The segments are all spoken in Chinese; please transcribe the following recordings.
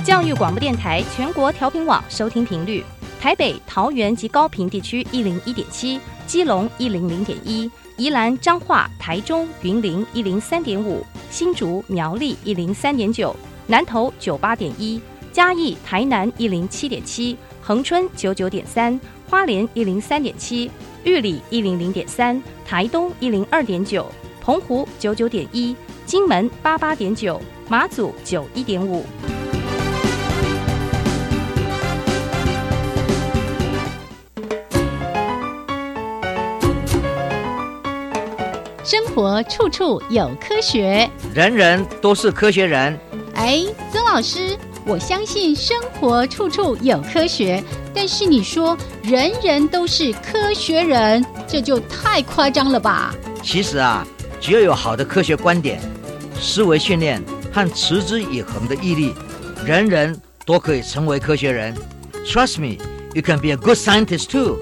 教育广播电台全国调频网收听频率：台北、桃园及高屏地区101.7，基隆100.1，宜兰、彰化、台中、云林103.5，新竹、苗栗103.9，南投98.1，嘉义、台南107.7，恒春99.3，花莲103.7，玉里100.3，台东102.9，澎湖99.1，金门88.9，马祖91.5。 生活处处有科学， 人人都是科学人。 哎，曾老师，我相信生活处处有科学，但是你说人人都是科学人，这就太夸张了吧？ 其实啊，只要有好的科学观点、思维训练和持之以恒的毅力，人人都可以成为科学人。Trust me, you can be a good scientist too.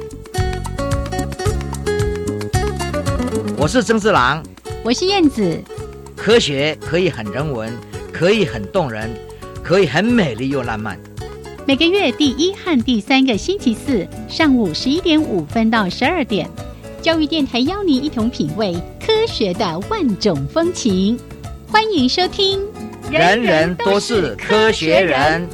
我是曾志郎， 我是燕子。 科学可以很人文，可以很动人，可以很美丽又浪漫。 每个月第1和第3个星期四上午11点5分到12点，教育电台邀您一同品味科学的万种风情。欢迎收听， 人人都是科学人。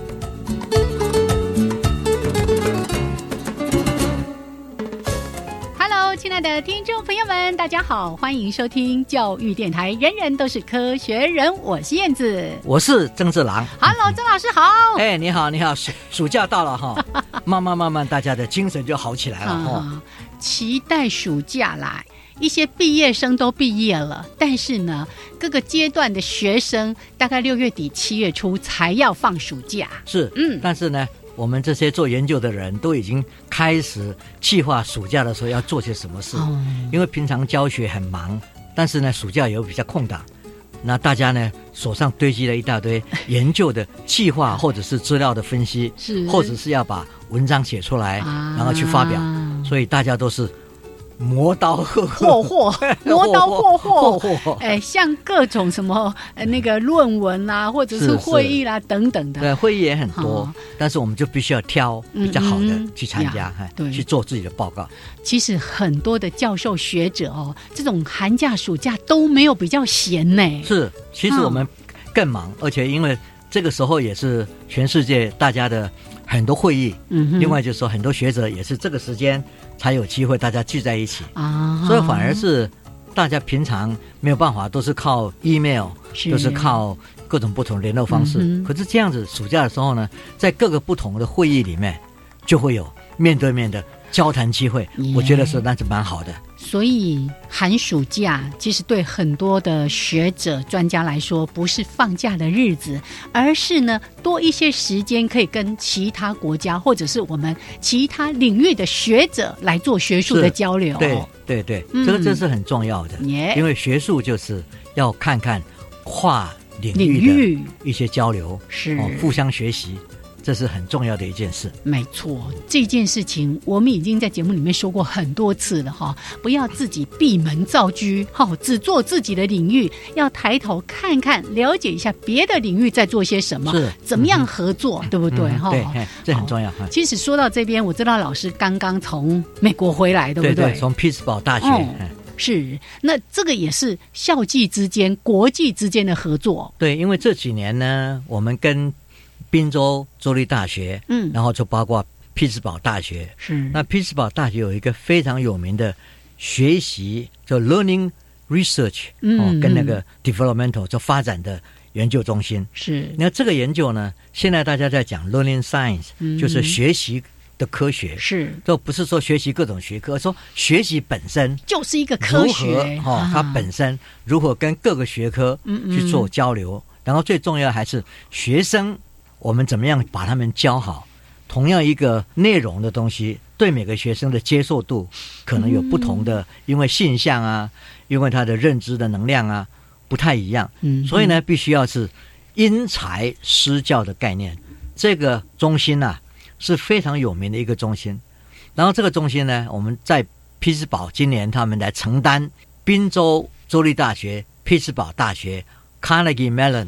亲爱的听众朋友们，大家好，欢迎收听教育电台，人人都是科学人，我是燕子， 我是曾志郎。 Hello， 曾老师好。 哎，你好，你好，暑假到了哈，慢慢，大家的精神就好起来了哈。 期待暑假来，一些毕业生都毕业了，但是呢，各个阶段的学生大概6月底7月初才要放暑假。 是，但是呢，我们这些做研究的人都已经开始计划暑假的时候要做些什么事，因为平常教学很忙，但是呢，暑假有比较空档，那大家呢手上堆积了一大堆研究的计划，或者是资料的分析，或者是要把文章写出来，然后去发表，所以大家都是磨刀霍霍， 磨刀霍霍，哎，像各种什么那个论文啦，或者是会议啦等等的。 对，会议也很多，但是我们就必须要挑比较好的去参加，去做自己的报告。 其实很多的教授学者哦，这种寒假暑假都没有比较闲呢。 是，其实我们更忙，而且因为这个时候也是全世界大家的很多会议，另外就是说很多学者也是这个时间才有机会大家聚在一起啊，所以反而是大家平常没有办法，都是靠 email， 都是靠各种不同联络方式。可是这样子暑假的时候呢，在各个不同的会议里面，就会有面对面的交谈机会，我觉得是那是蛮好的。 所以寒暑假其实对很多的学者专家来说不是放假的日子，而是呢多一些时间可以跟其他国家或者是我们其他领域的学者来做学术的交流。 对，这是很重要的，因为学术就是要看看跨领域的一些交流，是互相学习，这是很重要的一件事。 没错，这件事情我们已经在节目里面说过很多次了哈，不要自己闭门造车，只做自己的领域，要抬头看看，了解一下别的领域在做些什么，怎么样合作，对不对？ 对，这很重要。 其实说到这边，我知道老师刚刚从美国回来，对不对？ 对，从匹兹堡大学。 是，那这个也是校际之间、国际之间的合作。 对，因为这几年呢，我们跟宾州州立大学，然后就包括匹兹堡大学，是。那匹兹堡大学有一个非常有名的学习叫 Learning Research，跟那个 Developmental 就发展的研究中心，是。那这个研究呢，现在大家在讲 Learning Science，就是学习的科学，是。就不是说学习各种学科，说学习本身就是一个科学， 它本身如何跟各个学科去做交流，然后最重要还是学生。我们怎么样把他们教好？同样一个内容的东西，对每个学生的接受度可能有不同的，因为现象啊，因为他的认知的能量啊不太一样，所以呢，必须要是因材施教的概念。这个中心啊是非常有名的一个中心。然后这个中心呢，我们在匹兹堡今年他们来承担宾州州立大学、匹兹堡大学、Carnegie Mellon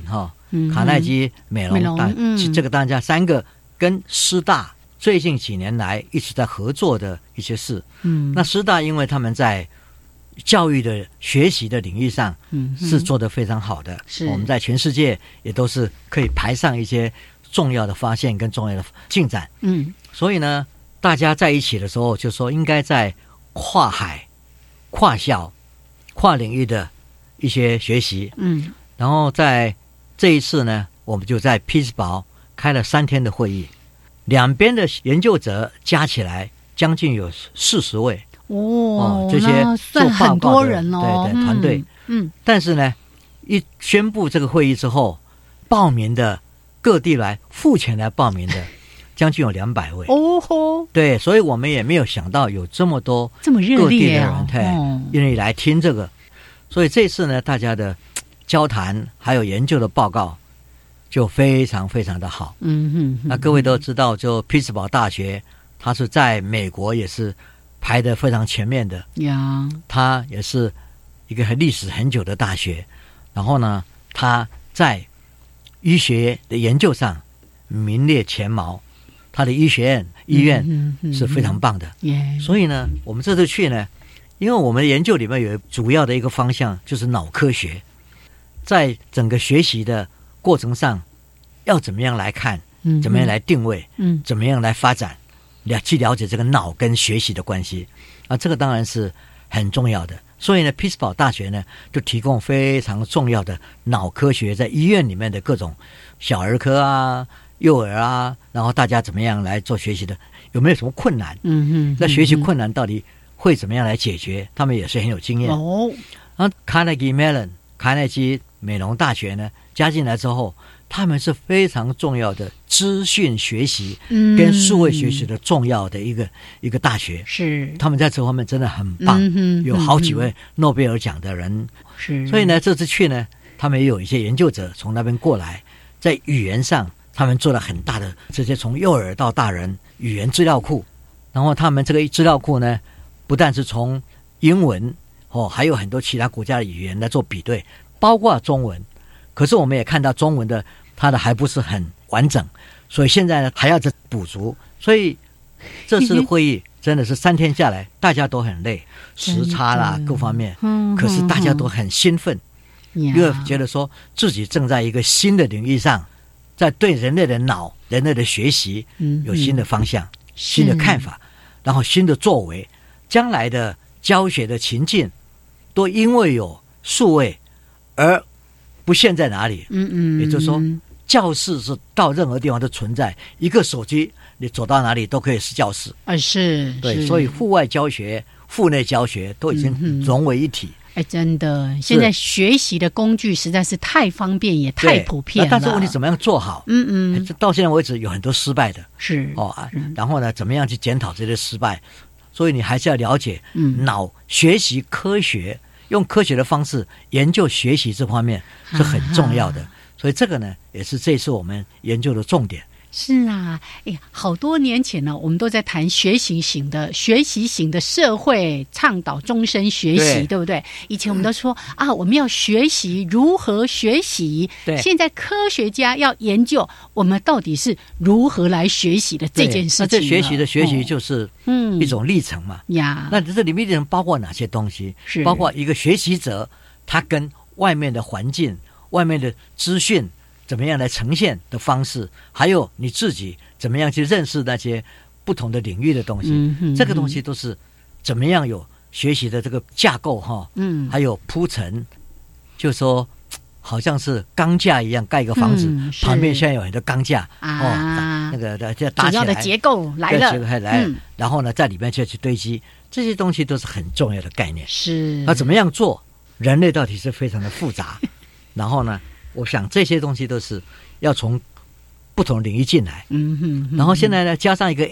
卡耐基美容大，这个当然加3个跟师大最近几年来一直在合作的一些事。那师大因为他们在教育的学习的领域上是做得非常好的，我们在全世界也都是可以排上一些重要的发现跟重要的进展。所以呢，大家在一起的时候就说应该在跨海、跨校、跨领域的一些学习。然后在这一次呢，我们就在匹兹堡开了3天的会议，两边的研究者加起来将近有40位。这些做报告的对团队。但是呢，一宣布这个会议之后，报名的各地来付钱来报名的将近有200位。对，所以我们也没有想到有这么多这么热烈各地的人愿意来听这个。所以这次呢，大家的交谈还有研究的报告就非常非常的好。那各位都知道，就匹兹堡大学，它是在美国也是排得非常前面的呀， 它也是一个历史很久的大学。然后呢，它在医学的研究上名列前茅，它的医院是非常棒的。所以呢，我们这次去呢，因为我们的研究里面有主要的一个方向就是脑科学，在整个学习的过程上要怎么样来看，怎么样来定位，怎么样来发展，去了解这个脑跟学习的关系这个当然是很重要的。所以呢，匹兹堡大学呢就提供非常重要的脑科学在医院里面的各种小儿科啊、幼儿啊，然后大家怎么样来做学习的，有没有什么困难？那学习困难到底会怎么样来解决？他们也是很有经验。然后卡耐基美容大学呢加进来之后，他们是非常重要的资讯学习跟数位学习的重要的一个大学。是，他们在这方面真的很棒，有好几位诺贝尔奖的人。是，所以呢，这次去呢，他们也有一些研究者从那边过来，在语言上他们做了很大的这些从幼儿到大人语言资料库。然后他们这个资料库呢，不但是从英文还有很多其他国家的语言来做比对，包括中文。可是我们也看到中文的它的还不是很完整，所以现在呢还要再补足。所以这次的会议真的是3天下来大家都很累，时差啦各方面，可是大家都很兴奋，因为觉得说自己正在一个新的领域上，在对人类的脑、人类的学习有新的方向、新的看法，然后新的作为，将来的教学的情境都因为有数位而不限在哪里。也就是说教室是到任何地方都存在，一个手机你走到哪里都可以是教室。是，对，所以户外教学、户内教学都已经融为一体。 真的，现在学习的工具实在是太方便，也太普遍了。 但是问题怎么样做好？到现在为止有很多失败的。然后呢，怎么样去检讨这些失败？所以你还是要了解脑学习科学，用科学的方式研究学习这方面是很重要的。所以这个呢，也是这次我们研究的重点。 是啊，好多年前呢，我们都在谈学习型的社会，倡导终身学习， 对不对？以前我们都说我们要学习如何学习，现在科学家要研究我们到底是如何来学习的这件事情。那这学习就是一种历程嘛。那这里面历程包括哪些东西？包括一个学习者他跟外面的环境、外面的资讯怎么样来呈现的方式，还有你自己怎么样去认识那些不同的领域的东西，这个东西都是怎么样有学习的这个架构还有铺陈，就说好像是钢架一样盖一个房子，旁边现在有很多钢架那个搭起来， 主要的结构来了， 然后呢在里面就去堆积，这些东西都是很重要的概念。那怎么样做？人类到底是非常的复杂，然后呢我想这些东西都是要从不同领域进来。然后现在呢加上一个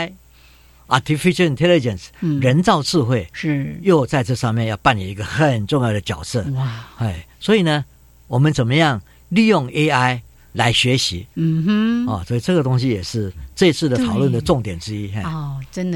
AI、Artificial Intelligence、人造智慧，又在这上面要扮演一个很重要的角色。所以呢我们怎么样利用 AI 来学习？所以这个东西也是这次的讨论的重点之一。 真的，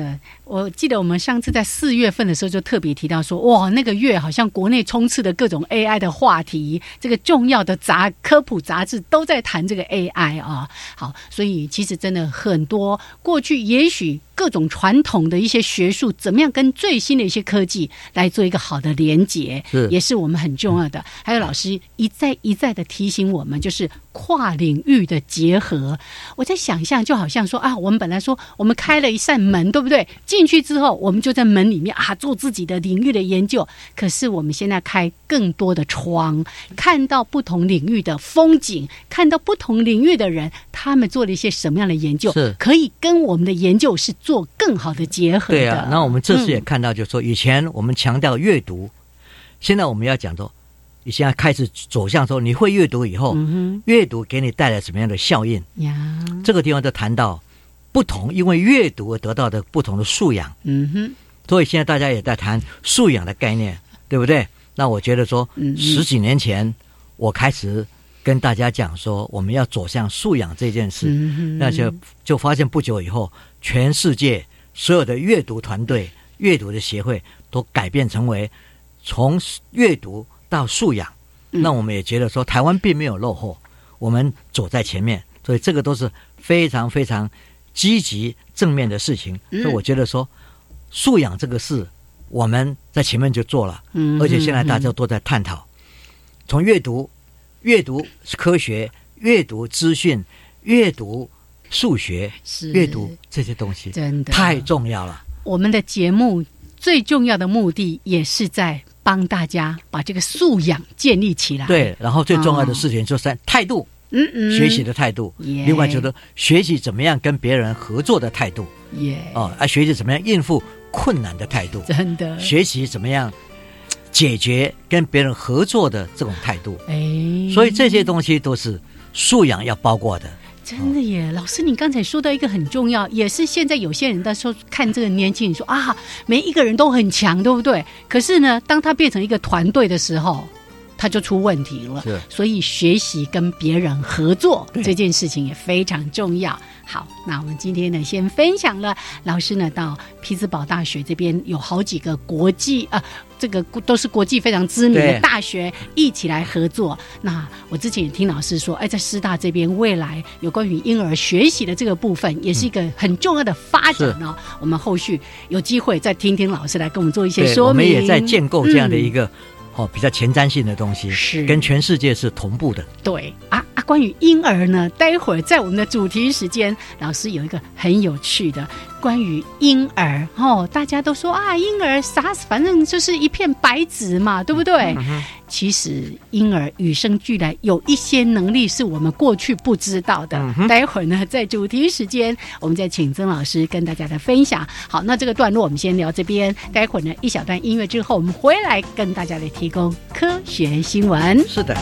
我记得我们上次在4月份的时候就特别提到说，哇，那个月好像国内充斥的各种 AI 的话题，这个重要的科普杂志都在谈这个 AI 啊。好，所以其实真的很多过去也许各种传统的一些学术怎么样跟最新的一些科技来做一个好的连结，也是我们很重要的。还有老师一再的提醒我们，就是跨领域的结合。我在想象就好像说啊，我们本来说我们开了一扇门，对不对？进去之后我们就在门里面做自己的领域的研究，可是我们现在开更多的窗，看到不同领域的风景，看到不同领域的人他们做了一些什么样的研究，可以跟我们的研究是做更好的结合的。 对啊，那我们这次也看到，就是说以前我们强调阅读，现在我们要讲说你现在开始走向说你会阅读以后，阅读给你带来什么样的效应呀？这个地方就谈到不同，因为阅读而得到的不同的素养。所以现在大家也在谈素养的概念，对不对？那我觉得说10几年前我开始跟大家讲说我们要走向素养这件事，那就发现不久以后全世界所有的阅读团队、阅读的协会都改变成为从阅读到素养。那我们也觉得说台湾并没有落后，我们走在前面，所以这个都是非常非常积极正面的事情。所以我觉得说素养这个事我们在前面就做了，而且现在大家都在探讨，从阅读科学，阅读资讯，阅读数学，阅读这些东西真的太重要了。 我们的节目最重要的目的也是在帮大家把这个素养建立起来。对， 然后最重要的事情就是态度，学习的态度，另外就是学习怎么样跟别人合作的态度，学习怎么样应付困难的态度，真的学习怎么样解决跟别人合作的这种态度。所以这些东西都是素养要包括的。 真的耶，老师你刚才说到一个很重要，也是现在有些人在说看这个年轻人说每一个人都很强，对不对？可是呢，当他变成一个团队的时候，他就出问题了。所以学习跟别人合作这件事情也非常重要。好，那我们今天呢先分享了老师呢到匹兹堡大学这边有好几个国际这个都是国际非常知名的大学一起来合作。那我之前也听老师说在师大这边未来有关于婴儿学习的这个部分也是一个很重要的发展哦。我们后续有机会再听听老师来跟我们做一些说明。 我们也在建构这样的一个比较前瞻性的东西，是跟全世界是同步的。对关于婴儿呢，待会儿在我们的主题时间，老师有一个很有趣的关于婴儿大家都说婴儿啥反正就是一片白纸嘛，对不对？其实婴儿与生俱来有一些能力是我们过去不知道的。待会儿呢在主题时间我们再请曾老师跟大家的分享。好，那这个段落我们先聊这边，待会儿呢一小段音乐之后我们回来跟大家来提供科学新闻。 是的，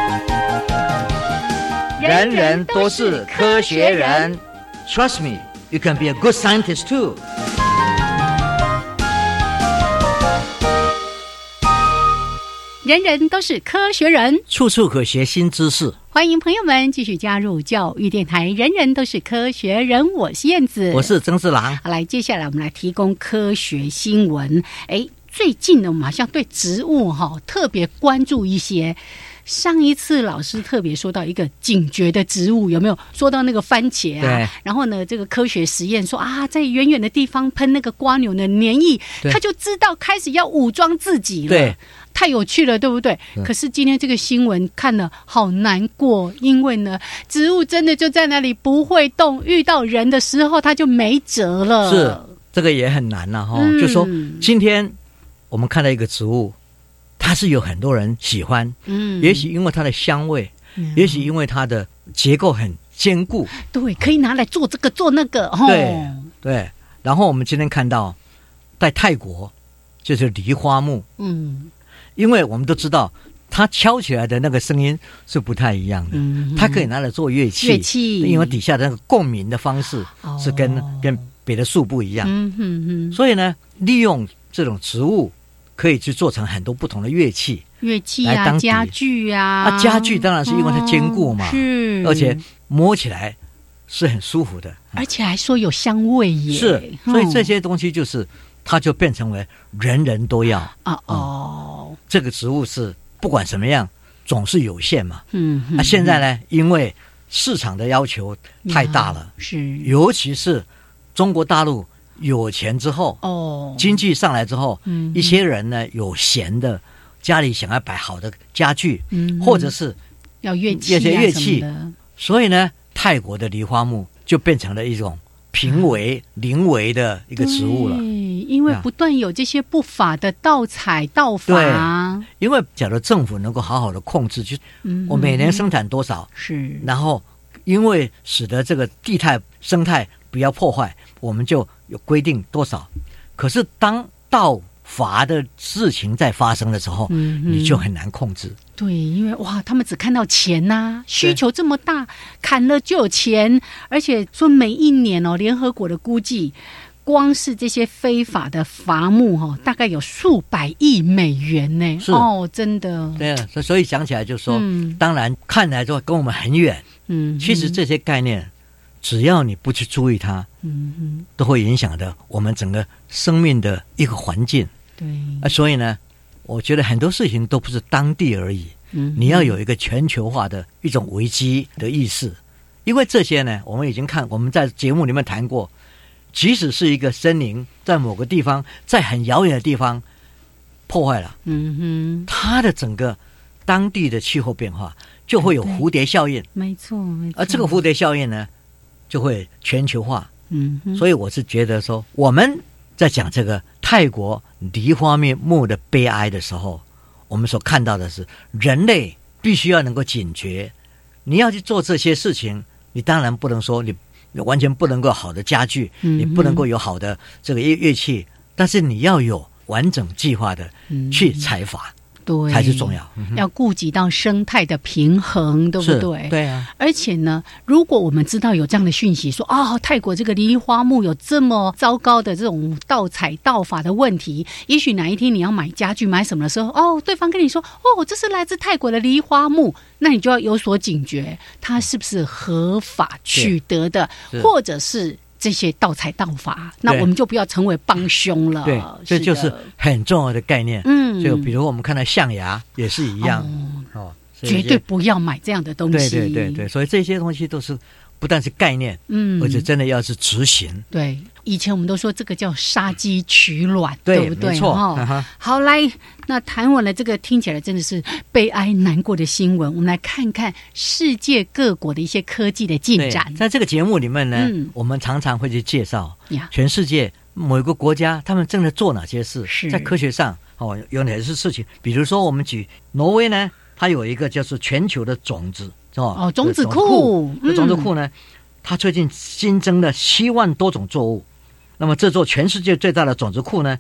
人人都是科学人 ，Trust me， You can be a good scientist too. 人人都是科学人， 处处可学新知识。 欢迎朋友们继续加入教育电台，人人都是科学人，我是燕子， 我是曾志郎。 好，来，接下来我们来提供科学新闻。最近呢，我们好像对植物特别关注一些。上一次老师特别说到一个警觉的植物，有没有说到那个番茄啊？ 对。 然后呢，这个科学实验说啊，在远远的地方喷那个蝸牛的粘液，他就知道开始要武装自己了。 对， 太有趣了，对不对？可是今天这个新闻看了好难过，因为呢，植物真的就在那里不会动，遇到人的时候它就没辙了。 是，这个也很难了就说今天我们看到一个植物。它是有很多人喜欢，也许因为它的香味，也许因为它的结构很坚固， 对，可以拿来做这个做那个， 对。然后我们今天看到，在泰国就是梨花木，因为我们都知道，它敲起来的那个声音是不太一样的，它可以拿来做乐器，因为底下的那个共鸣的方式是跟别的树不一样，所以呢，利用这种植物。可以去做成很多不同的乐器啊，家具啊。 家具当然是因为它坚固嘛， 是， 而且摸起来是很舒服的， 而且还说有香味耶。 是，所以这些东西就是它就变成为人人都要这个植物是不管什么样总是有限嘛。现在呢，因为市场的要求太大了， 是， 尤其是中国大陆。有钱之后，经济上来之后，一些人呢有闲的，家里想要摆好的家具，或者是要乐器， 所以呢，泰国的梨花木就变成了一种临危的一个植物了。 因为不断有这些不法的盗采盗伐， 因为假如政府能够好好的控制，就我每年生产多少， 是， 然后因为使得这个地态生态不要破坏，我们就有规定多少。可是当盗伐的事情在发生的时候，你就很难控制。 对，因为他们只看到钱啊，需求这么大，砍了就有钱，而且说每一年联合国的估计，光是这些非法的伐木大概有数百亿美元呢。真的。 对啊，所以讲起来就说，当然看来就跟我们很远。其实这些概念。只要你不去注意它，都会影响的我们整个生命的一个环境。 对， 所以呢，我觉得很多事情都不是当地而已，你要有一个全球化的一种危机的意识。因为这些呢，我们已经我们在节目里面谈过，即使是一个森林在某个地方，在很遥远的地方破坏了，它的整个当地的气候变化就会有蝴蝶效应。 没错。 而这个蝴蝶效应呢，就会全球化。所以我是觉得说，我们在讲这个泰国梨花木的悲哀的时候，我们所看到的是人类必须要能够警觉。你要去做这些事情，你当然不能说你完全不能够好的家具，你不能够有好的这个乐器，但是你要有完整计划的去采伐。 对， 才是重要， 要顾及到生态的平衡，对不对？ 对啊。 而且呢，如果我们知道有这样的讯息，说泰国这个梨花木有这么糟糕的这种盗采盗伐的问题，也许哪一天你要买家具买什么的时候，对方跟你说，这是来自泰国的梨花木，那你就要有所警觉，它是不是合法取得的，或者是这些盗采盗伐，那我们就不要成为帮凶了。 对，这就是很重要的概念。就比如我们看到象牙也是一样， 绝对不要买这样的东西。 对，所以这些东西都是不但是概念，而且真的要是执行。 对，以前我们都说这个叫杀鸡取卵，对不对？ 没错。 好，来，那谈完了这个听起来真的是悲哀难过的新闻，我们来看看世界各国的一些科技的进展。 在这个节目里面呢，我们常常会去介绍全世界某一个国家他们正在做哪些事，在科学上有哪些事情。比如说我们举挪威呢，它有一个叫做全球的种子种子库。 种子库呢，它最近新增了7万多种作物。那么这座全世界最大的种子库呢，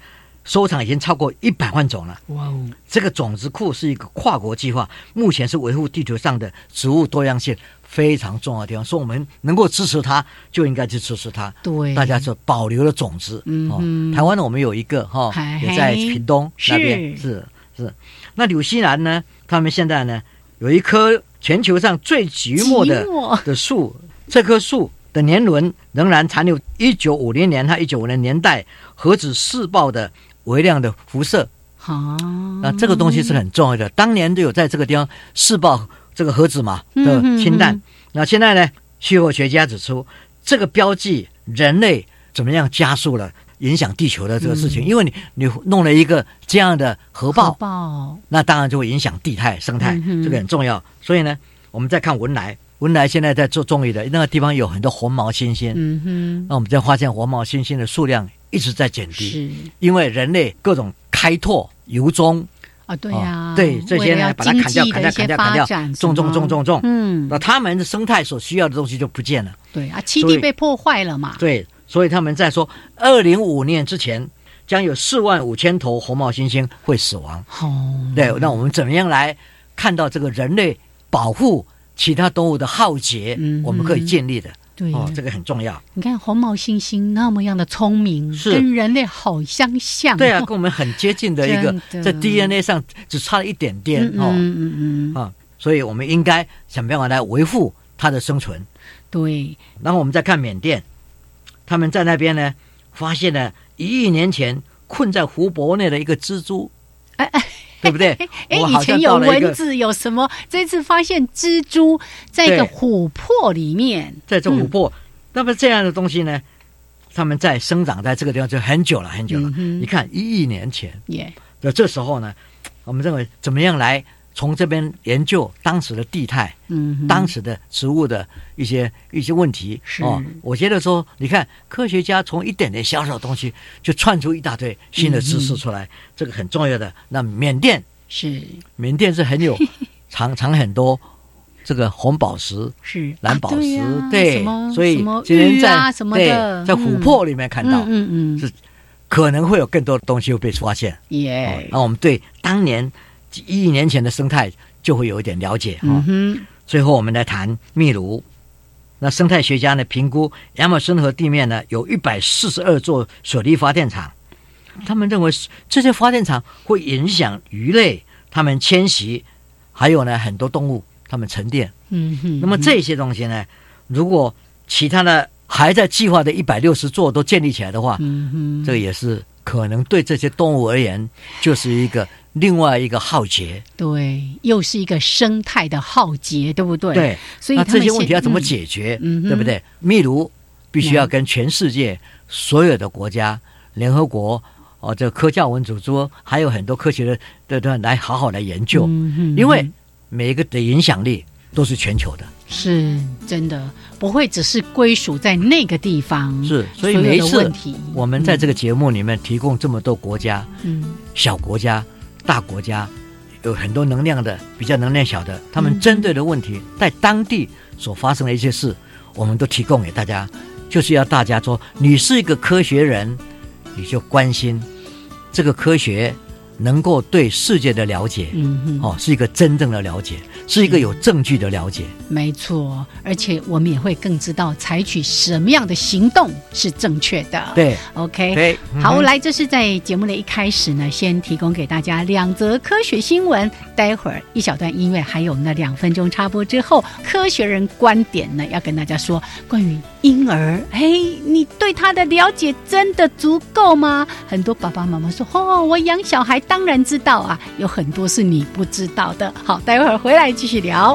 收藏已经超过100万种了。 哇哦， 这个种子库是一个跨国计划，目前是维护地球上的植物多样性非常重要的地方，所以我们能够支持它，就应该去支持它。 对， 大家就保留了种子。台湾呢，我们有一个也在屏东那边，是。那纽西兰呢，他们现在呢有一棵全球上最寂寞的树，这棵树的年轮仍然残留1950年和1950年代核子试爆的微量的辐射。那这个东西是很重要的，当年就有在这个地方试爆这个核子嘛的氢弹。那现在呢，气候学家指出，这个标记人类怎么样加速了影响地球的这个事情，因为你弄了一个这样的核爆，那当然就会影响地态生态，这个很重要。所以呢，我们再看文莱现在在做种育的那个地方有很多红毛猩猩，那我们再发现红毛猩猩的数量一直在减低，因为人类各种开拓游踪对呀， 对这些呢，把它砍掉，种，那他们的生态所需要的东西就不见了。 对啊，栖地被破坏了嘛。 对，所以他们在说，2055年之前将有45000头红毛猩猩会死亡。对，那我们怎么样来看到这个人类保护其他动物的浩劫？我们可以建立的。对，这个很重要。 你看红毛猩猩那么样的聪明，跟人类好相像。 对啊，跟我们很接近的一个，在 DNA 上只差了一点点。所以我们应该想办法来维护它的生存。 对， 然后我们再看缅甸，他们在那边呢发现了1亿年前困在湖泊内的一个蜘蛛。对不对？ 以前有蚊子，有什么？这次发现蜘蛛在一个琥珀里面， 在这琥珀，那么这样的东西呢，他们在生长在这个地方就很久了。你看1亿年前，那这时候呢，我们认为怎么样来从这边研究当时的地态，当时的植物的一些问题。我觉得说，你看科学家从一点点小小的东西就串出一大堆新的知识出来，这个很重要的。那缅甸是很有藏很多这个红宝石，蓝宝石，对，所以今天在琥珀里面看到，是可能会有更多的东西会被发现。那我们对当年1亿年前的生态就会有一点了解。最后我们来谈秘鲁。那生态学家呢评估亚马逊河地面呢有142座水力发电厂，他们认为这些发电厂会影响鱼类它们迁徙，还有呢很多动物它们沉淀。那么这些东西呢，如果其他的还在计划的160座都建立起来的话，这个也是可能对这些动物而言就是另外一个浩劫。 对，又是一个生态的浩劫，对不对？ 对， 所以那这些问题要怎么解决？对不对？秘鲁必须要跟全世界所有的国家、联合国这个科教文组织，还有很多科学的来好好来研究，因为每一个的影响力都是全球的， 是真的不会只是归属在那个地方。 是，所以每一次我们在这个节目里面提供这么多国家，小国家、大国家，有很多能量的、比较能量小的，他们针对的问题，在当地所发生的一些事，我们都提供给大家，就是要大家说，你是一个科学人，你就关心这个科学能够对世界的了解，是一个真正的了解，是一个有证据的了解。 没错，而且我们也会更知道采取什么样的行动是正确的。 对 ，OK， 对， 好，来，这是在节目的一开始呢，先提供给大家2则科学新闻，待会儿一小段音乐，还有那2分钟插播之后，科学人观点呢，要跟大家说关于婴儿，你对他的了解真的足够吗？很多爸爸妈妈说，我养小孩当然知道啊，有很多是你不知道的。好，待会儿回来继续聊。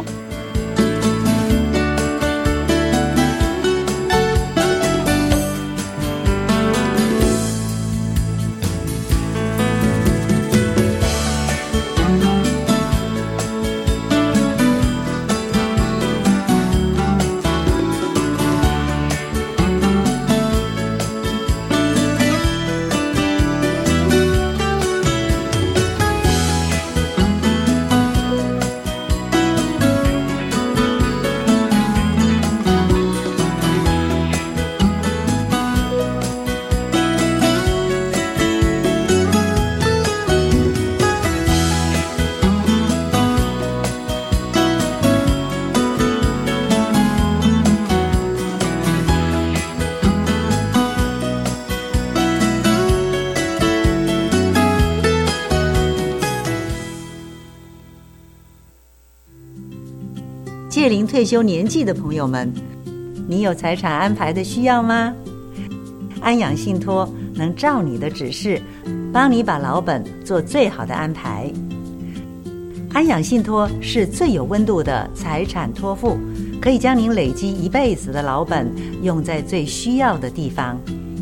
届临退休年纪的朋友们，你有财产安排的需要吗？安养信托能照你的指示，帮你把老本做最好的安排。安养信托是最有温度的财产托付，可以将您累积一辈子的老本用在最需要的地方。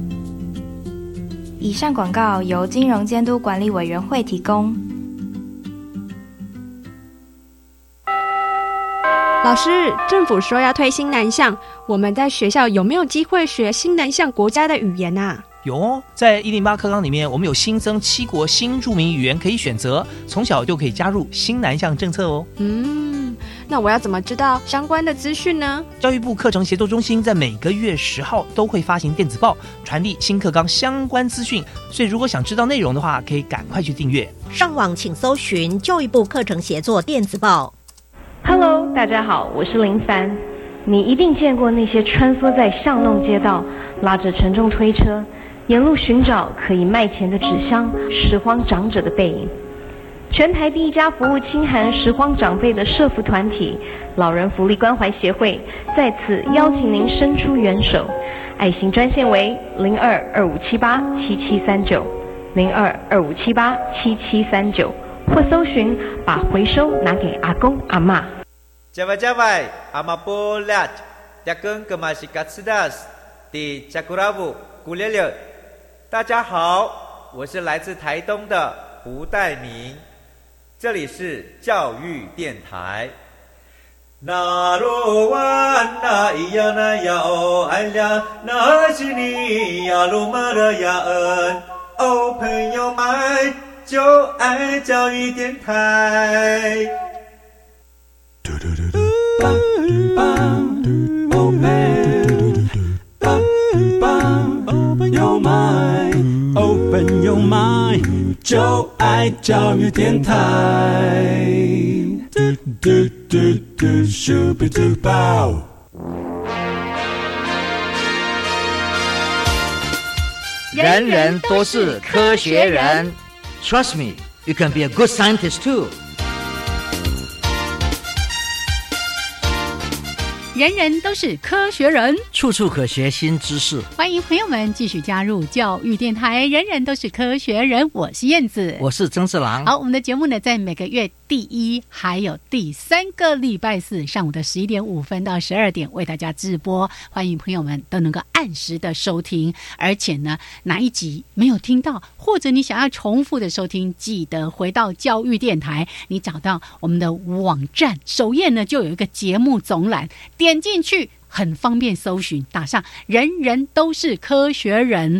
以上广告由金融监督管理委员会提供。 老师，政府说要推新南向，我们在学校有没有机会学新南向国家的语言啊？ 有哦，在108课纲里面，我们有新增7国新著名语言可以选择，从小就可以加入新南向政策哦。 那我要怎么知道相关的资讯呢？ 教育部课程协作中心在每个月10号都会发行电子报，传递新课纲相关资讯，所以如果想知道内容的话，可以赶快去订阅。 上网请搜寻教育部课程协作电子报。 Hello， 大家好，我是林凡。你一定见过那些穿梭在巷弄街道，拉着沉重推车，沿路寻找可以卖钱的纸箱、拾荒长者的背影。全台第一家服务清寒拾荒长辈的社福团体老人福利关怀协会，在此邀请您伸出援手，爱心专线为02-2578-7739，02-2578-7739，或搜寻把回收拿给阿公阿嬷。 Jawai ama bolat yakun kemasigatsidas di Jakuravu Gulele。大家好，我是来自台东的胡代明，这里是教育电台。那罗哇那咿呀那呀哦哎呀，那是你呀鲁玛的呀恩哦，朋友们就爱教育电台。 Open your mind, open your mind， 就爱教育电台。 人人都是科学人。Trust me, you can be a good scientist too. 人人都是科学人， 处处可学新知识。 欢迎朋友们继续加入教育电台，人人都是科学人。我是燕子， 我是曾四郎。 好，我们的节目呢，在每个月第1还有第3个礼拜四上午的11点5分到12点为大家直播，欢迎朋友们都能够按时的收听。而且呢，哪一集没有听到，或者你想要重复的收听，记得回到教育电台，你找到我们的网站首页呢，就有一个节目总览，点进去很方便搜寻，打上人人都是科学人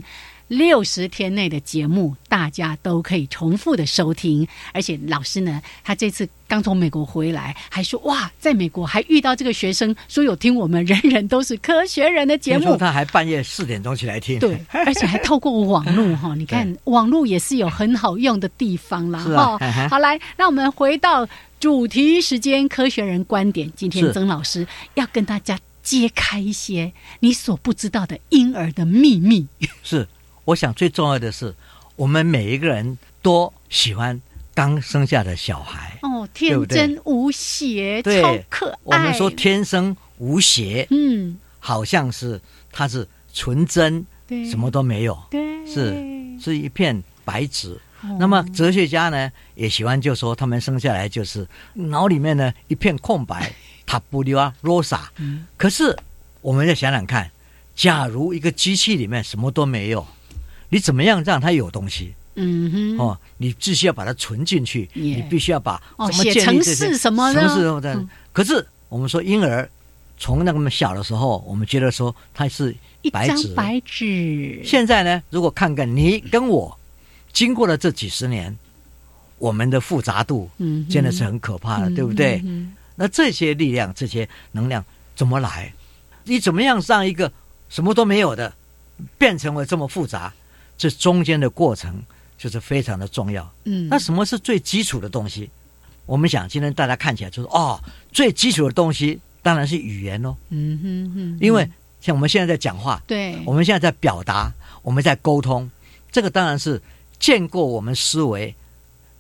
，60天内的节目大家都可以重复的收听。而且老师呢，他这次刚从美国回来，还说哇，在美国还遇到这个学生说有听我们人人都是科学人的节目， 他还半夜4点钟起来听， 对，而且还透过网络哈，你看网络也是有很好用的地方啦哈。好，来，那我们回到主题时间，科学人观点。今天曾老师要跟大家揭开一些你所不知道的婴儿的秘密。 是，我想最重要的是，我们每一个人都喜欢刚生下的小孩哦，天真无邪，超可爱。 我们说天生无邪，好像是他是纯真，什么都没有， 对， 是一片白纸。那么哲学家呢也喜欢就说他们生下来就是脑里面呢一片空白，tabula rasa。可是我们再想想看，假如一个机器里面什么都没有，你怎么样让它有东西？你必须要把它存进去，你必须要把什么写程式什么的。可是我们说婴儿从那么小的时候，我们觉得说它是白纸， 一张白纸。 现在呢，如果看看你跟我经过了这几十年，我们的复杂度真的是很可怕的，对不对？那这些力量、这些能量怎么来？你怎么样让一个什么都没有的变成为这么复杂？这中间的过程就是非常的重要。那什么是最基础的东西？我们想今天大家看起来就是最基础的东西当然是语言咯。因为像我们现在在讲话， 对， 我们现在在表达，我们在沟通，这个当然是见过我们思维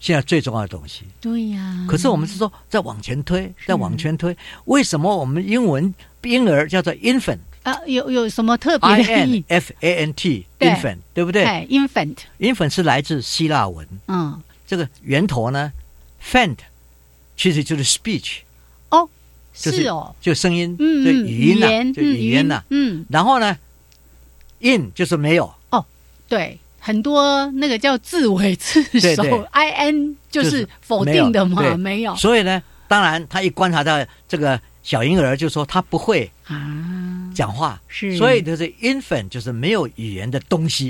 现在最重要的东西。 对呀。 可是我们是说再往前推，再往前推，为什么我们英文婴儿叫做 infant？ 有什么特别的意义 ？infant infant 对不对 ？infant 是来自希腊文，这个源头呢 ，fant 其实就是 speech， 是哦， 就声音，就语音呐，就语言呐，然后呢 ，in 就是没有， 对，很多那个叫自尾自首 ，in 就是否定的嘛，没有， 所以呢，当然他一观察到这个小婴儿，就说他不会讲话，所以就是 infant 就是没有语言的东西。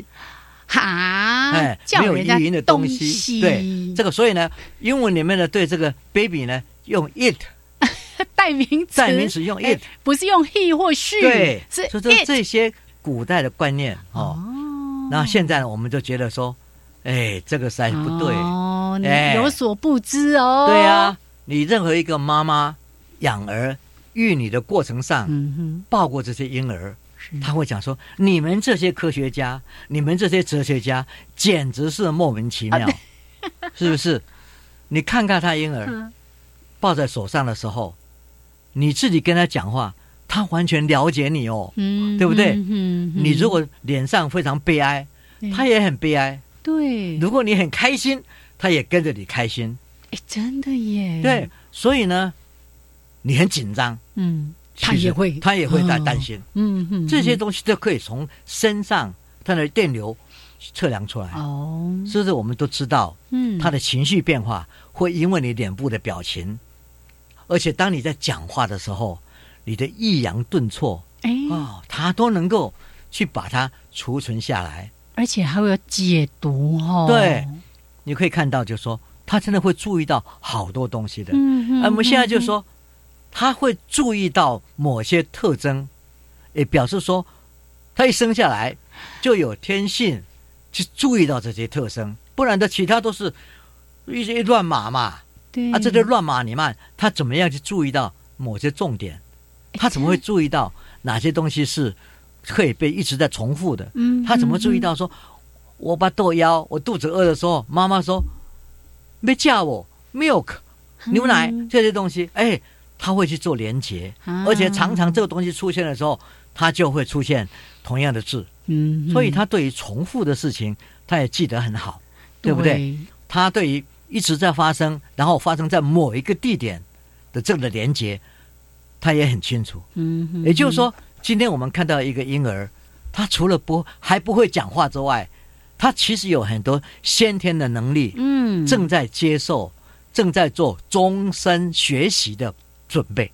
没有语言的东西，对这个，所以呢，英文里面呢对这个 baby 呢用 it 代名词用 it， 不是用 he 或 she， 对， 是 it， 就是这些古代的观念然后现在呢，我们就觉得说，这个实在不对你有所不知哦。 对啊，你任何一个妈妈养儿育女的过程上，抱过这些婴儿。他会讲说：“你们这些科学家，你们这些哲学家，简直是莫名其妙，是不是？你看看他婴儿抱在手上的时候，你自己跟他讲话，他完全了解你哦，对不对？你如果脸上非常悲哀，他也很悲哀。 对， 如果你很开心，他也跟着你开心。 真的耶。 对，所以呢，你很紧张，他也会担心，这些东西都可以从身上它的电流测量出来，是不是？我们都知道，他的情绪变化会因为你脸部的表情，而且当你在讲话的时候，你的抑扬顿挫，他都能够去把它储存下来， 而且还会有解读对，你可以看到，就是说他真的会注意到好多东西的。我们现在就说。他会注意到某些特征，也表示说，他一生下来就有天性去注意到这些特征，不然的其他都是一乱码嘛。 对这些乱码里面，他怎么样去注意到某些重点？他怎么会注意到哪些东西是可以被一直在重复的？他怎么注意到说，我把豆腰，我肚子饿的时候，妈妈说没叫我 milk 牛奶这些东西，他会去做连结，而且常常这个东西出现的时候，他就会出现同样的字，所以他对于重复的事情，他也记得很好，对不对？他对于一直在发生，然后发生在某一个地点的这个连结，他也很清楚。也就是说，今天我们看到一个婴儿，他除了还不会讲话之外，他其实有很多先天的能力，正在接受，正在做终身学习的准备。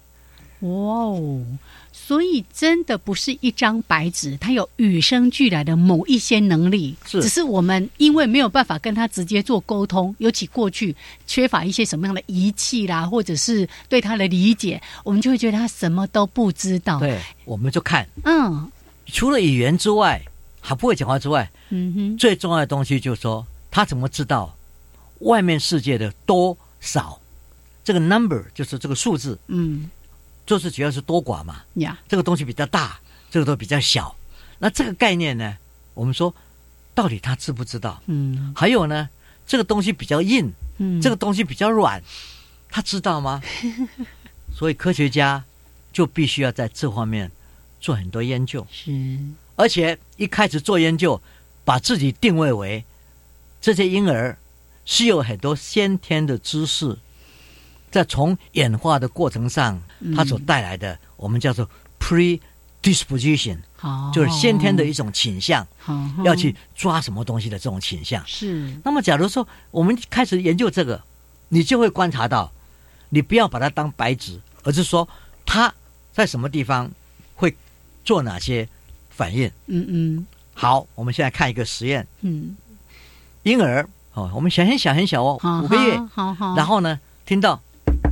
所以真的不是一张白纸，它有与生俱来的某一些能力，只是我们因为没有办法跟他直接做沟通，尤其过去缺乏一些什么样的仪器啦，或者是对他的理解，我们就会觉得他什么都不知道。 对，我们就看，除了语言之外，还不会讲话之外，最重要的东西就是说，他怎么知道外面世界的多少？这个 number 就是这个数字，就是主要是多寡嘛。这个东西比较大，这个都比较小。那这个概念呢，我们说到底他知不知道？还有呢，这个东西比较硬，这个东西比较软，他知道吗？所以科学家就必须要在这方面做很多研究。而且一开始做研究，把自己定位为这些婴儿是有很多先天的知识。在从演化的过程上，它所带来的，我们叫做 predisposition，就是先天的一种倾向，要去抓什么东西的这种倾向。那么假如说我们开始研究这个，你就会观察到，你不要把它当白纸，而是说它在什么地方会做哪些反应。好，我们现在看一个实验。婴儿我们很小5个月，然后呢，听到。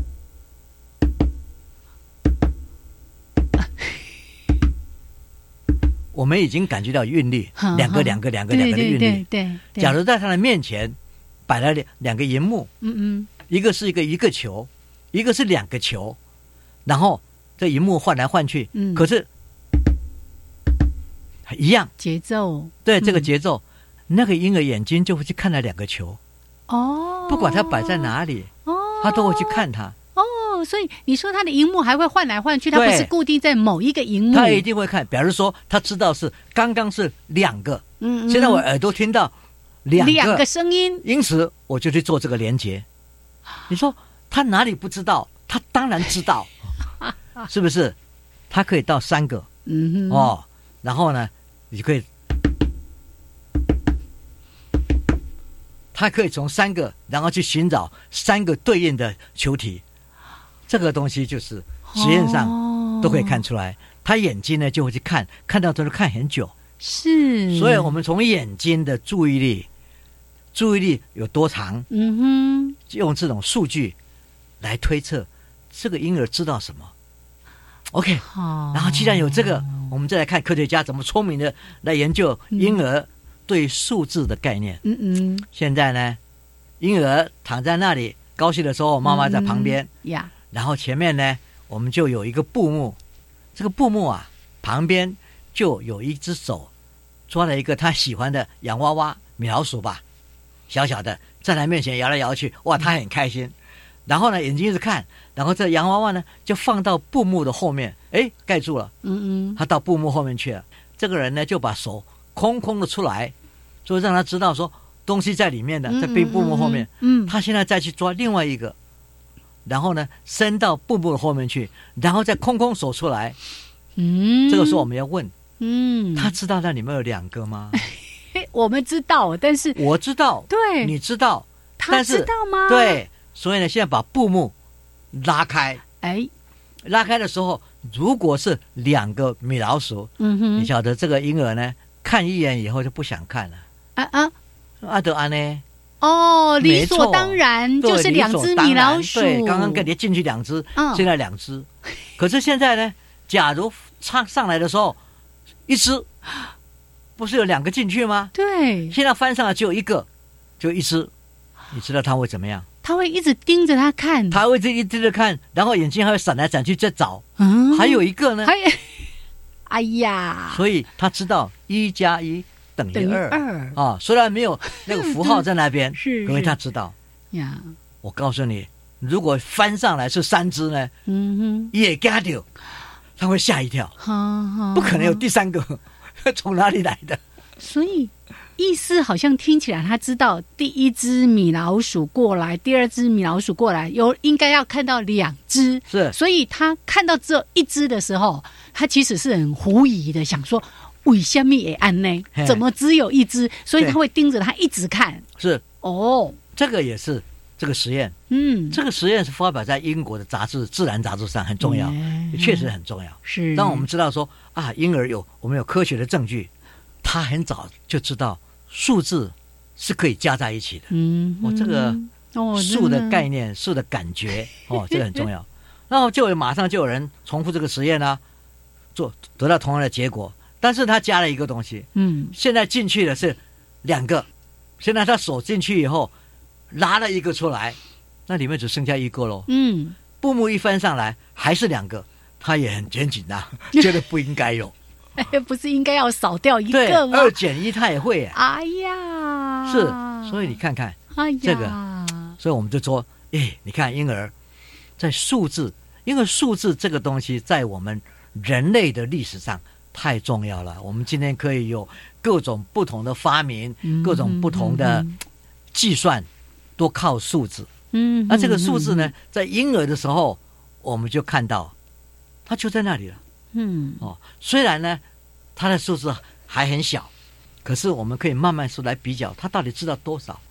我们已经感觉到韵律，两个的韵律。 对。 假如在他的面前摆了两个荧幕，一个是一个球，一个是2个球，然后这荧幕换来换去，可是一样节奏。 对，这个节奏，那个婴儿眼睛就会去看那2个球。 不管它摆在哪里，他都会去看它。 所以你说它的荧幕还会换来换去，它不是固定在某一个荧幕， 他一定会看。比如说，他知道是刚刚是2个，现在我耳朵听到2个声音， 因此我就去做这个连结。你说他哪里不知道？他当然知道，是不是？他可以到3个，然后呢，你可以，他可以从3个，然后去寻找3个对应的球体。这个东西就是实验上都可以看出来，他眼睛呢就会去看到都是看很久， 是， 所以我们从眼睛的注意力有多长，用这种数据来推测这个婴儿知道什么。OK， 然后既然有这个，我们再来看科学家怎么聪明的来研究婴儿对数字的概念。现在呢，婴儿躺在那里高兴的时候，妈妈在旁边然后前面呢，我们就有一个布幕，这个布幕啊，旁边就有一只手抓了一个他喜欢的洋娃娃米老鼠吧，小小的，在他面前摇来摇去，哇，他很开心。然后呢，眼睛一直看，然后这洋娃娃呢就放到布幕的后面，盖住了。他到布幕后面去了。这个人呢就把手空空的出来，就让他知道说东西在里面的，在布幕后面。他现在再去抓另外一个。然后呢，伸到布幕的后面去，然后再空空手出来。这个时候我们要问，他知道那里面有2个吗？ 我们知道，但是我知道， 对， 你知道， 他知道吗？ 对，所以呢，现在把布幕拉开，拉开的时候，如果是2个米老鼠，你晓得这个婴儿呢，看一眼以后就不想看了。就安呢。 理所当然就是2只米老鼠。 对，刚刚跟你进去2只，现在2只。可是现在呢，假如上来的时候1只，不是有2个进去吗？ 对。 现在翻上来只有1个，就1只，你知道他会怎么样？ 他会一直盯着他看， 他会一直盯着看，然后眼睛还会闪来闪去在找。还有1个呢？ 哎呀！ 所以他知道1+1等于2虽然没有那个符号在那边，因为他知道呀。 我告诉你，如果翻上来是3只呢，也嘎丢，他会吓一跳，不可能有第3个，从哪里来的？ 所以意思好像听起来，他知道第1只米老鼠过来，第2只米老鼠过来，应该要看到2只， 是， 所以他看到只有1只的时候，他其实是很狐疑的，想说。为什么也按呢？怎么只有1只？所以他会盯着他一直看。 是这个也是这个实验。这个实验是发表在英国的杂志《自然》杂志上，很重要，确实很重要。 是让我们知道说婴儿我们有科学的证据，他很早就知道数字是可以加在一起的。这个数的概念、数的感觉，这个很重要。然后马上就有人重复这个实验得到同样的结果。但是他加了一个东西，现在进去的是2个，现在他手进去以后拉了1个出来，那里面只剩下1个咯。布幕一翻上来还是2个，他也很紧张，觉得不应该有。 不是应该要少掉1个吗 ？2减1他也会。 哎呀， 是，所以你看看这个，所以我们就说，你看婴儿在数字，因为数字这个东西在我们人类的历史上太重要了。我们今天可以有各种不同的发明，各种不同的计算，都靠数字。那这个数字呢，在婴儿的时候，我们就看到，它就在那里了。虽然呢，它的数字还很小，可是我们可以慢慢数来比较，它到底知道多少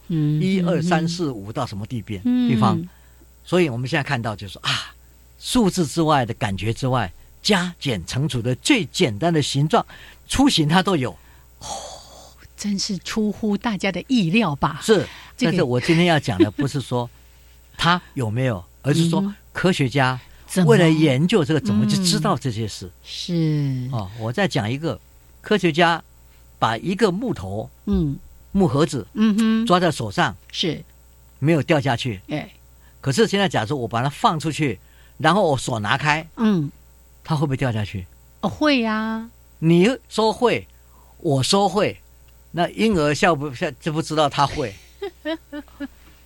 ？1、2、3、4、5到什么地方？所以我们现在看到就是数字之外的感觉之外。加减乘除的最简单的形状雏形它都有。 真是出乎大家的意料吧？ 是，但是我今天要讲的不是说它有没有，而是说科学家为了研究这个怎么去知道这些事。 是我再讲一个，科学家把一个木头木盒子抓在手上， 是没有掉下去。可是现在假如我把它放出去，然后我手拿开，它会不会掉下去？ 会呀。 你说会，我说会，那婴儿笑不知道他会。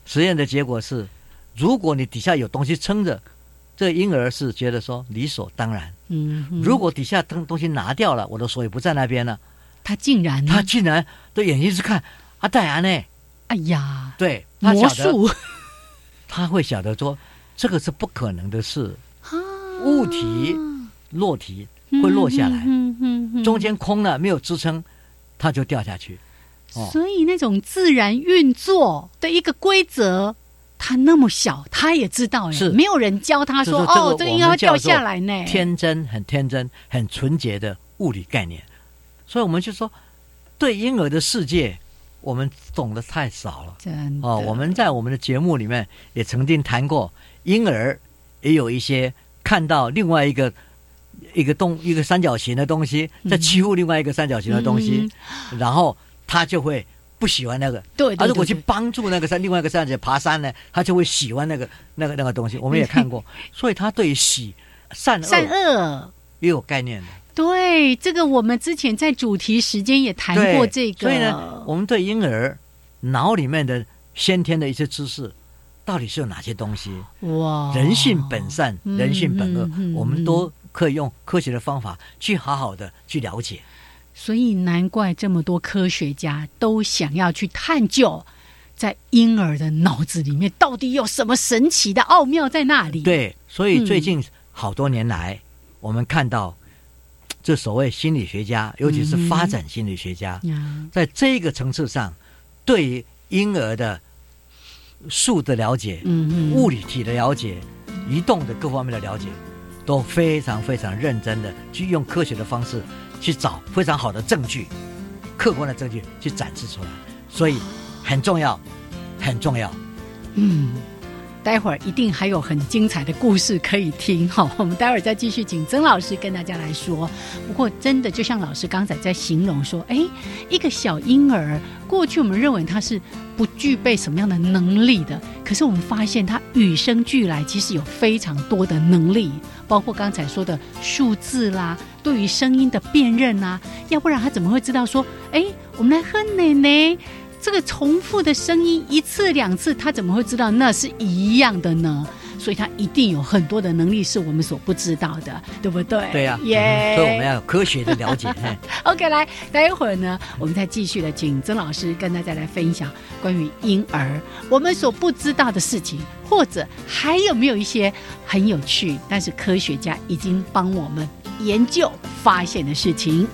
实验的结果是，如果你底下有东西撑着，这个婴儿是觉得说理所当然。如果底下东西拿掉了，我的手也不在那边了， 他竟然的眼睛是看啊，戴安呢？ 哎呀， 对， 魔术， 他会晓得说这个是不可能的事，物体落体会落下来，中间空了没有支撑，它就掉下去。 所以那种自然运作的一个规则，他那么小，他也知道耶，没有人教他说这个应该会掉下来呢。 天真，很天真，很纯洁的物理概念。所以我们就说，对婴儿的世界，我们懂得太少了。 真的我们在我们的节目里面也曾经谈过，婴儿也有一些看到另外一个三角形的东西在欺负另外一个三角形的东西，然后他就会不喜欢那个。 对， 如果去帮助那个另外一个三角形爬山呢，他就会喜欢那个东西。我们也看过，所以他对于善恶也有概念的。 对，这个我们之前在主题时间也谈过这个。 所以呢，我们对婴儿脑里面的先天的一些知识，到底是有哪些东西？哇，人性本善，人性本恶，我们都可以用科学的方法去好好的去了解。 所以难怪这么多科学家都想要去探究，在婴儿的脑子里面到底有什么神奇的奥妙在那里。 对，所以最近好多年来，我们看到这所谓心理学家，尤其是发展心理学家，在这个层次上，对于婴儿的数的了解，物理体的了解，移动的各方面的了解，都非常非常认真的去用科学的方式去找非常好的证据，客观的证据去展示出来，所以很重要，很重要。 待会儿一定还有很精彩的故事可以听哈，我们待会儿再继续请曾老师跟大家来说。不过真的就像老师刚才在形容说，一个小婴儿，过去我们认为他是不具备什么样的能力的，可是我们发现他与生俱来其实有非常多的能力，包括刚才说的数字啦，对于声音的辨认啦，要不然他怎么会知道说我们来喝奶奶，这个重复的声音一次两次，他怎么会知道那是一样的呢？所以他一定有很多的能力是我们所不知道的，对不对？ 对呀，所以我们要有科学的了解。 OK， 来，待会儿呢，我们再继续的请曾老师跟大家来分享关于婴儿我们所不知道的事情，或者还有没有一些很有趣，但是科学家已经帮我们研究发现的事情。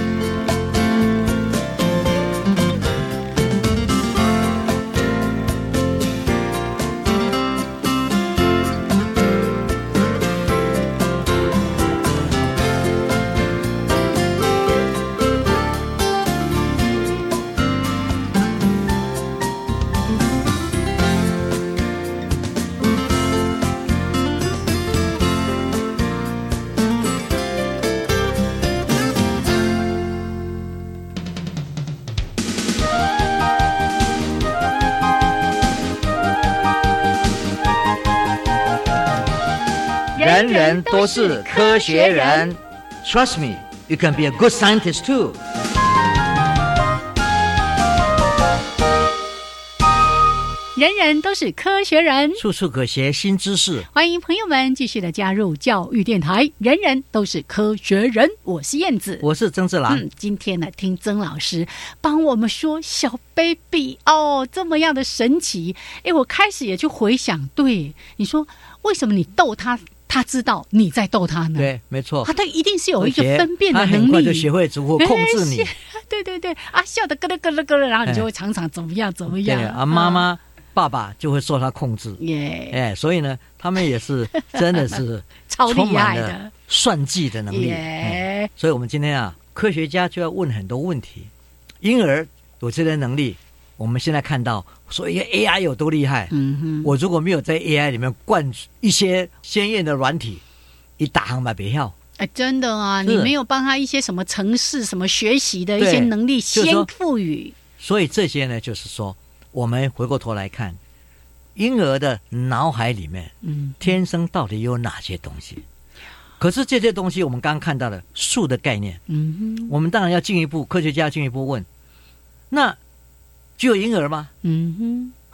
人人都是科学人 Trust me, you can be a good scientist too. 人人都是科学人， 处处可学新知识。 欢迎朋友们继续的加入教育电台，人人都是科学人。我是燕子， 我是曾志郎。 今天呢，听曾老师帮我们说小 baby 这么样的神奇。我开始也去回想，对你说，为什么你逗他，他知道你在逗他呢？ 对，没错， 他一定是有一个分辨的能力， 他很快就学会如何控制你。 对对对，笑得咯咯咯咯咯，然后你就会常常怎么样怎么样。 妈妈、爸爸就会受他控制。所以呢，他们也是真的是超厉害的算计的能力。所以我们今天科学家就要问很多问题。婴儿有这些能力，我们现在看到，所以 AI 有多厉害。我如果没有在 AI 里面灌一些鲜艳的软体，一打行买别跳。 真的啊，你没有帮他一些什么程式、什么学习的一些能力先赋予。 所以这些呢，就是说，我们回过头来看，婴儿的脑海里面，天生到底有哪些东西？可是这些东西，我们刚刚看到的数的概念，我们当然要进一步，科学家进一步问，那只有婴儿吗？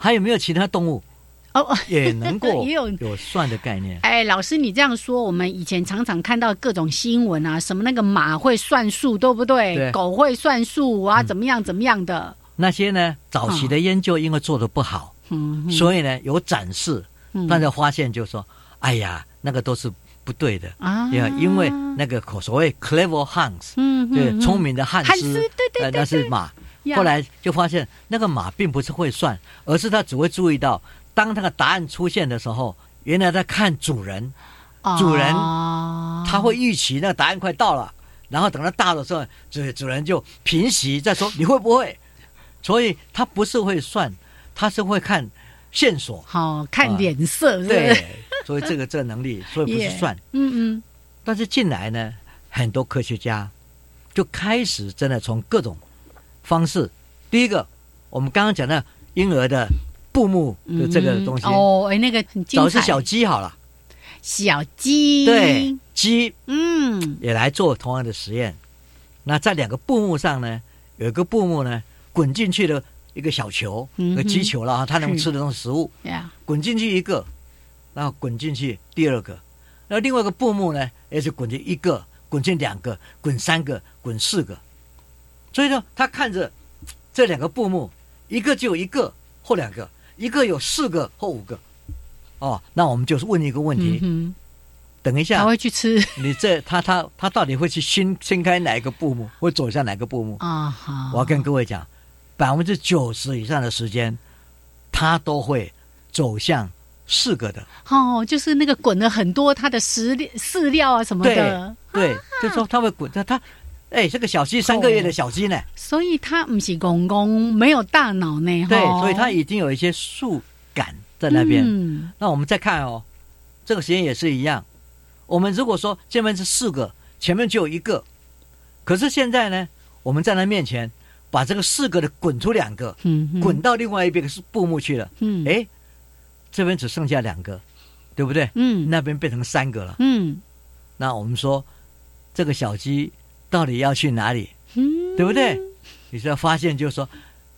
还有没有其他动物也能够也有算的概念？ 哎，老师，你这样说，我们以前常常看到各种新闻啊，什么那个马会算数，对不对？ 对， 狗会算数啊，怎么样怎么样的。 那些呢，早期的研究因为做得不好，所以呢有展示，大家发现就说，哎呀，那个都是不对的啊，因为那个所谓 clever Hans， 对，聪明的汉斯，对，那是马。后来就发现那个马并不是会算，而是他只会注意到，当那个答案出现的时候，原来在看主人，主人他会预期那个答案快到了，然后等他到的时候，主人就平息再说你会不会。所以他不是会算，他是会看线索， 看脸色， 对，所以这个能力，所以不是算，但是进来呢，很多科学家就开始真的从各种方式，第一个，我们刚刚讲的婴儿的布幕的这个东西， 那个很精彩， 找是小鸡好了， 小鸡， 对，鸡，也来做同样的实验。那在2个布幕上呢，有一个布幕呢。滚进去的一个小球，一个鸡球了，它能吃的东西食物，滚进去一个，然后滚进去第2个，然后另外一个布幕呢，也是滚进1个，滚进2个，滚3个，滚4个。所以说，他看着这2个布幕，一个就有1个或2个，一个有4个或5个。那我们就是问一个问题，等一下他会去吃， 你他到底会去掀开哪一个布幕，会走向哪个布幕啊？我要跟各位讲。90%以上的时间，他都会走向4个的。 就是那个滚了很多他的饲料啊什么的。 对，就说他会滚，这个小鸡3个月的小鸡呢， 所以他不是公公，没有大脑呢。 对，所以他已经有一些触感在那边。那我们再看这个实验也是一样。我们如果说这边是4个，前面就有1个，可是现在呢，我们在他面前。把这个4个的滚出2个，滚到另外一边的布幕去了。这边只剩下2个，对不对？那边变成3个了。那我们说这个小鸡到底要去哪里？对不对？你是要发现，就是说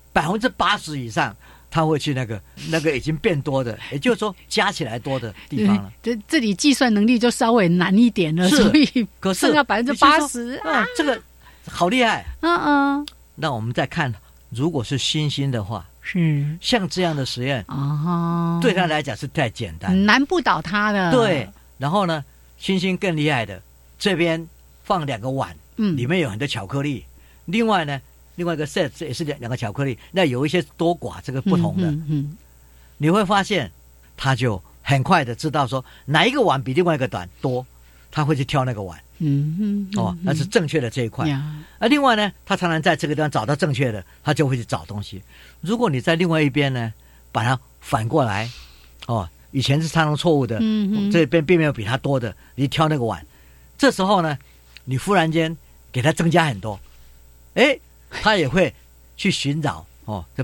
80%以上，它会去那个已经变多的，也就是说加起来多的地方了。 这里计算能力就稍微难一点了，所以可是剩下80% 这个好厉害。那我们再看，如果是猩猩的话， 是像这样的实验对他来讲是太简单， 难不倒他的。 对，然后呢，猩猩更厉害的，这边放2个碗，里面有很多巧克力。另外一个 set 也是2个巧克力，那有一些多寡这个不同的，你会发现，他就很快的知道说哪一个碗比另外一个多，他会去挑那个碗。那是正确的这一块。另外呢，他常常在这个地方找到正确的，他就会去找东西。如果你在另外一边呢，把它反过来，以前是常常错误的，这边并没有比他多的，你挑那个碗，这时候呢，你忽然间给他增加很多，他也会去寻找这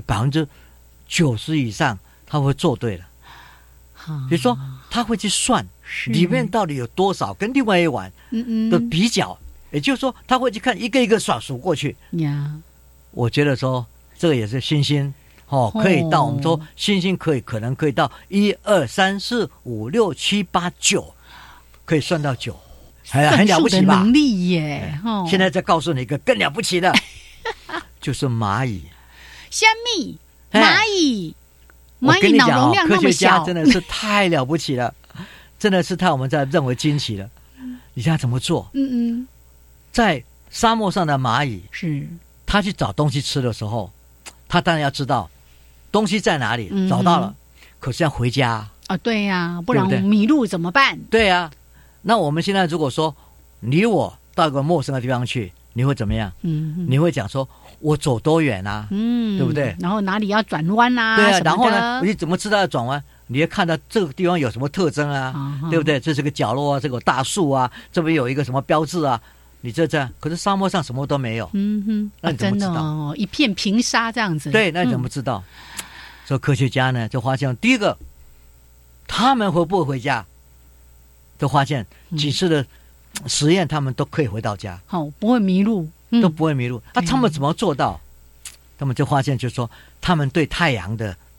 90%以上他会做对了。比如说他会去算里面到底有多少跟另外一碗的比较，也就是说他会去看一个一个数过去。我觉得说这个也是猩猩可以到我们说猩猩可能可以到1、2、3、4、5、6、7、8、9，可以算到9，很了不起吧？ 能力耶！ 现在再告诉你一个更了不起的，就是蚂蚁。 虾米？蚂蚁？ 我跟你讲科学家真的是太了不起了，真的是我们在认为惊奇了。你想怎么做？在沙漠上的蚂蚁， 是他去找东西吃的时候，他当然要知道东西在哪里，找到了，可是要回家对呀，不然迷路怎么办？ 对呀。那我们现在如果说你我到一个陌生的地方去，你会怎么样？你会讲说我走多远啊？对不对？ 然后哪里要转弯啊？ 对啊。然后呢，你怎么知道要转弯？你要看到这个地方有什么特征啊？对不对？这是个角落啊，这个大树啊，这边有一个什么标志啊？你这样，可是沙漠上什么都没有。那你怎么知道？ 一片平沙这样子。 对，那你怎么知道？所以科学家呢就发现，第一个，他们会不会回家？都发现几次的实验，他们都可以回到家， 不会迷路， 都不会迷路。他们怎么做到？他们就发现，就是说，他们对太阳的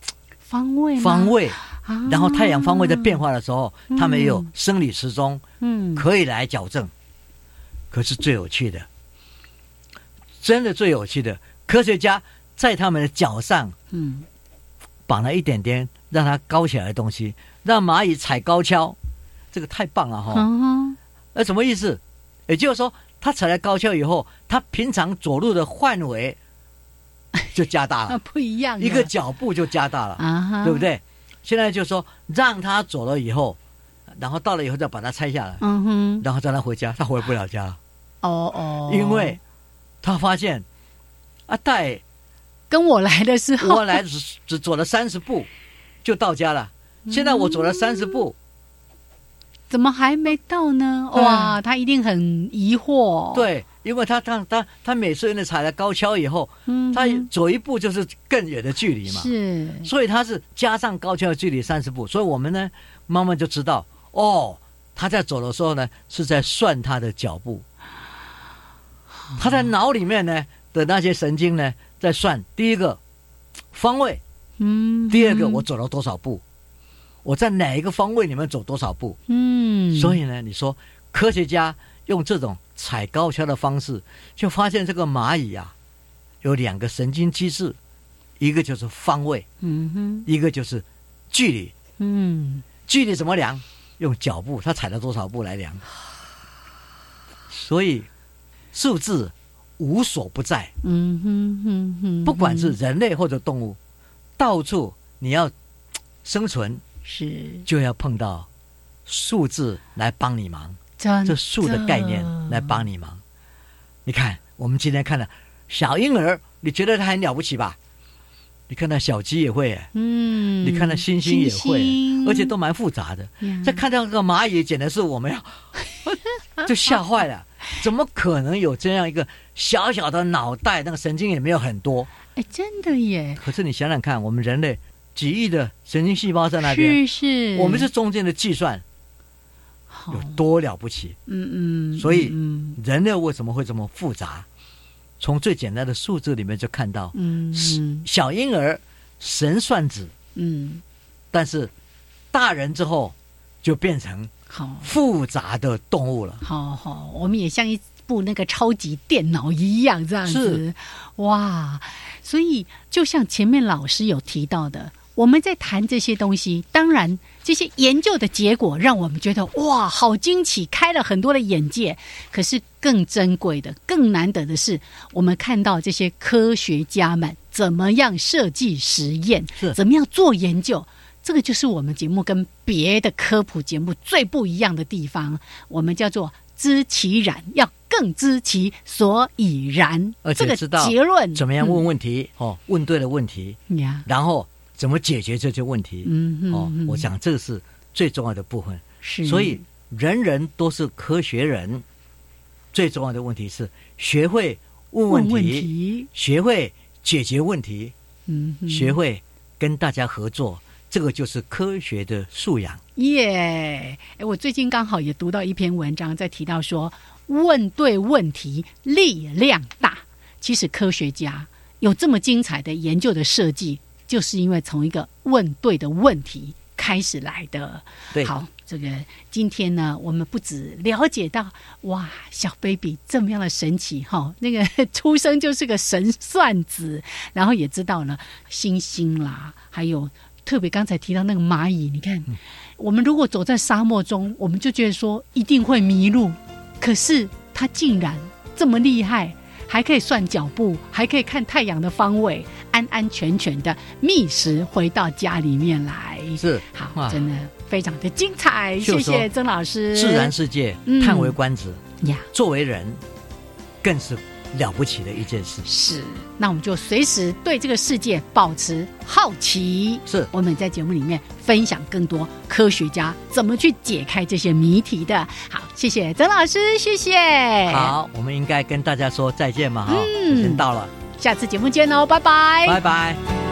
方位吗？ 方位。然后太阳方位在变化的时候，他们也有生理时钟，可以来矫正。可是最有趣的，真的最有趣的，科学家在他们的脚上，绑了一点点让它高起来的东西，让蚂蚁踩高跷，这个太棒了哈！什么意思？也就是说，它踩了高跷以后，它平常走路的范围就加大了， 不一样， 一个脚步就加大了，对不对？现在就说让他走了以后，然后到了以后再把它拆下来，然后让他回家，他回不了家了。因为他发现带跟我来的时候， 我来只走了30步就到家了，现在我走了30步， 怎么还没到呢？哇，他一定很疑惑。 对，因为他每次因为踩了高跷以后，他走一步就是更远的距离嘛， 是， 所以他是加上高跷的距离30步，所以我们呢慢慢就知道，他在走的时候呢是在算他的脚步，他在脑里面呢的那些神经呢在算，第一个方位，第二个我走了多少步，我在哪一个方位里面走多少步，所以呢，你说科学家用这种踩高跷的方式，就发现这个蚂蚁有2个神经机制，一个就是方位，一个就是距离，距离怎么量？用脚步，它踩了多少步来量。所以数字无所不在，不管是人类或者动物，到处你要生存，就要碰到数字来帮你忙，这数的概念来帮你忙。你看我们今天看了小婴儿，你觉得他很了不起吧？你看到小鸡也会，你看到猩猩也会，而且都蛮复杂的。再看到个蚂蚁，简直是我们要就吓坏了，怎么可能有这样一个小小的脑袋，那个神经也没有很多？ 真的耶！ 可是你想想看，我们人类几亿的神经细胞在那边， 是我们这中间的计算有多了不起？所以人类为什么会这么复杂？从最简单的数字里面就看到，小婴儿神算子，但是大人之后就变成复杂的动物了。 好，我们也像一部那个超级电脑一样这样子，哇！所以就像前面老师有提到的，我们在谈这些东西，当然这些研究的结果让我们觉得哇，好惊奇，开了很多的眼界。可是更珍贵的、更难得的是，我们看到这些科学家们怎么样设计实验，怎么样做研究。这个就是我们节目跟别的科普节目最不一样的地方，我们叫做知其然，要更知其所以然， 而且知道结论怎么样问问题，问对了问题，然后怎么解决这些问题，我想这是最重要的部分。所以人人都是科学人，最重要的问题是学会问问题，学会解决问题，学会跟大家合作，这个就是科学的素养。 我最近刚好也读到一篇文章，在提到说问对问题力量大。其实科学家有这么精彩的研究的设计，就是因为从一个问对的问题开始来的。 对， 好，这个今天呢，我们不只了解到哇，小 baby 这么样的神奇那个出生就是个神算子，然后也知道了星星啦，还有特别刚才提到那个蚂蚁，你看，我们如果走在沙漠中，我们就觉得说一定会迷路，可是它竟然这么厉害，还可以算脚步，还可以看太阳的方位，安安全全的觅食回到家里面来。 是， 好，真的非常的精彩，谢谢曾老师。 自然世界叹为观止呀，作为人更是了不起的一件事。 是，那我们就随时对这个世界保持好奇。 是， 我们在节目里面分享更多科学家怎么去解开这些谜题的。好，谢谢曾老师，谢谢。 好，我们应该跟大家说再见嘛，时间到了， 下次节目见哦，拜拜， 拜拜。